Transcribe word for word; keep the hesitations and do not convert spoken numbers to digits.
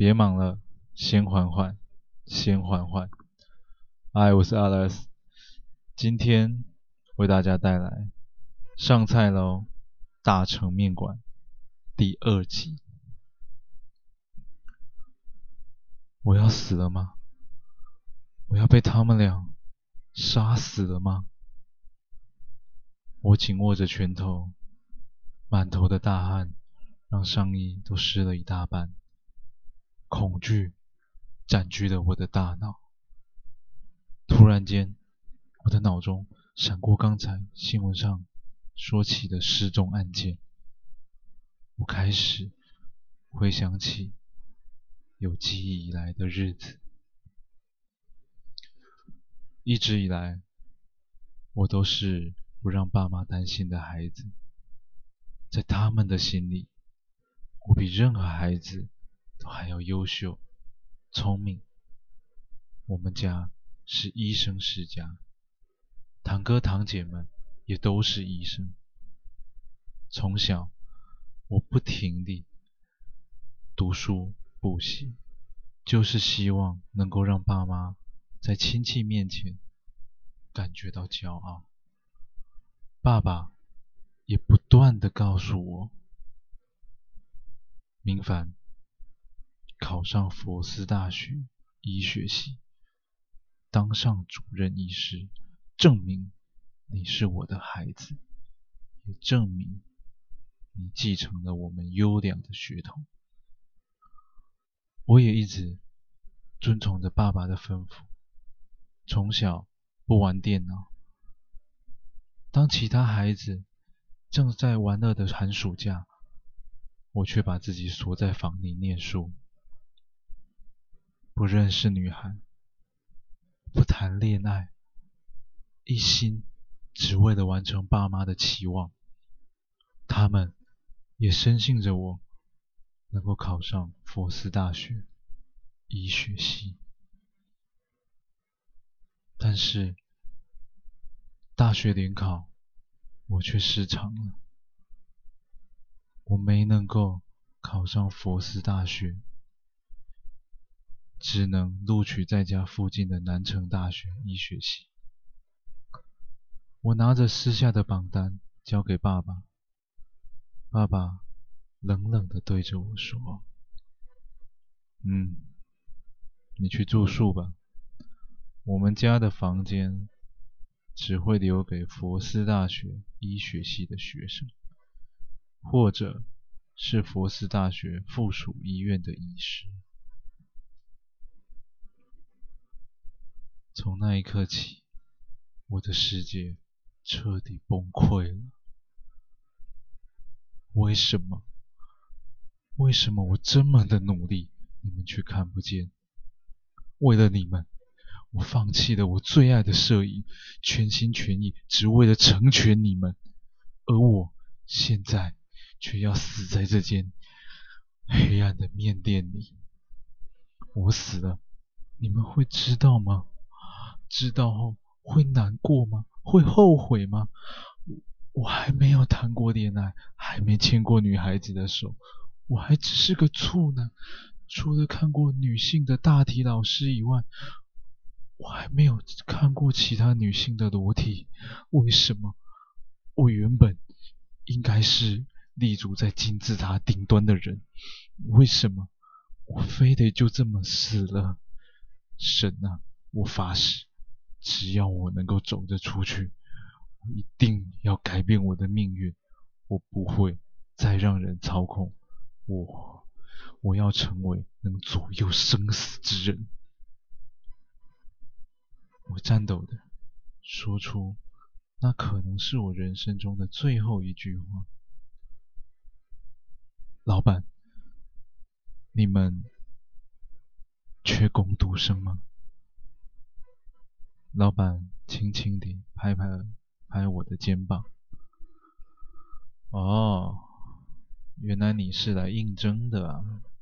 别忙了，先缓缓，先缓缓。嗨，我是 Alex，今天为大家带来上菜喽，大成面馆第二集。我要死了吗？我要被他们俩杀死了吗？我紧握着拳头，满头的大汗让上衣都湿了一大半。恐惧占据了我的大脑。突然间，我的脑中闪过刚才新闻上说起的失踪案件。我开始回想起有记忆以来的日子。一直以来，我都是不让爸妈担心的孩子。在他们的心里，我比任何孩子都还要优秀、聪明。我们家是医生世家，堂哥堂姐们也都是医生。从小，我不停地读书补习，就是希望能够让爸妈在亲戚面前感觉到骄傲。爸爸也不断地告诉我，明凡，考上佛斯大学医学系，当上主任医师，证明你是我的孩子，也证明你继承了我们优良的血统。我也一直遵从着爸爸的吩咐，从小不玩电脑。当其他孩子正在玩乐的寒暑假，我却把自己锁在房里念书，不认识女孩，不谈恋爱，一心只为了完成爸妈的期望。他们也深信着我能够考上佛斯大学医学系。但是大学联考我却失常了，我没能够考上佛斯大学，只能录取在家附近的南成大学医学系。我拿着撕下的榜单交给爸爸，爸爸冷冷地对着我说：嗯，你去住宿吧，我们家的房间只会留给佛斯大学医学系的学生，或者是佛斯大学附属医院的医师。从那一刻起，我的世界彻底崩溃了。为什么？为什么我这么的努力，你们却看不见？为了你们，我放弃了我最爱的摄影，全心全意只为了成全你们，而我现在却要死在这间黑暗的面店里。我死了，你们会知道吗？知道后会难过吗？会后悔吗？我还没有谈过恋爱，还没牵过女孩子的手，我还只是个处男，除了看过女性的大体老师以外，我还没有看过其他女性的裸体。为什么？我原本应该是立足在金字塔顶端的人，为什么我非得就这么死了？神啊，我发誓，只要我能够走得出去，我一定要改变我的命运。我不会再让人操控我，我要成为能左右生死之人。我颤抖的说出那可能是我人生中的最后一句话：老板，你们缺工读生吗？老板轻轻地拍拍拍我的肩膀。哦，原来你是来应征的啊。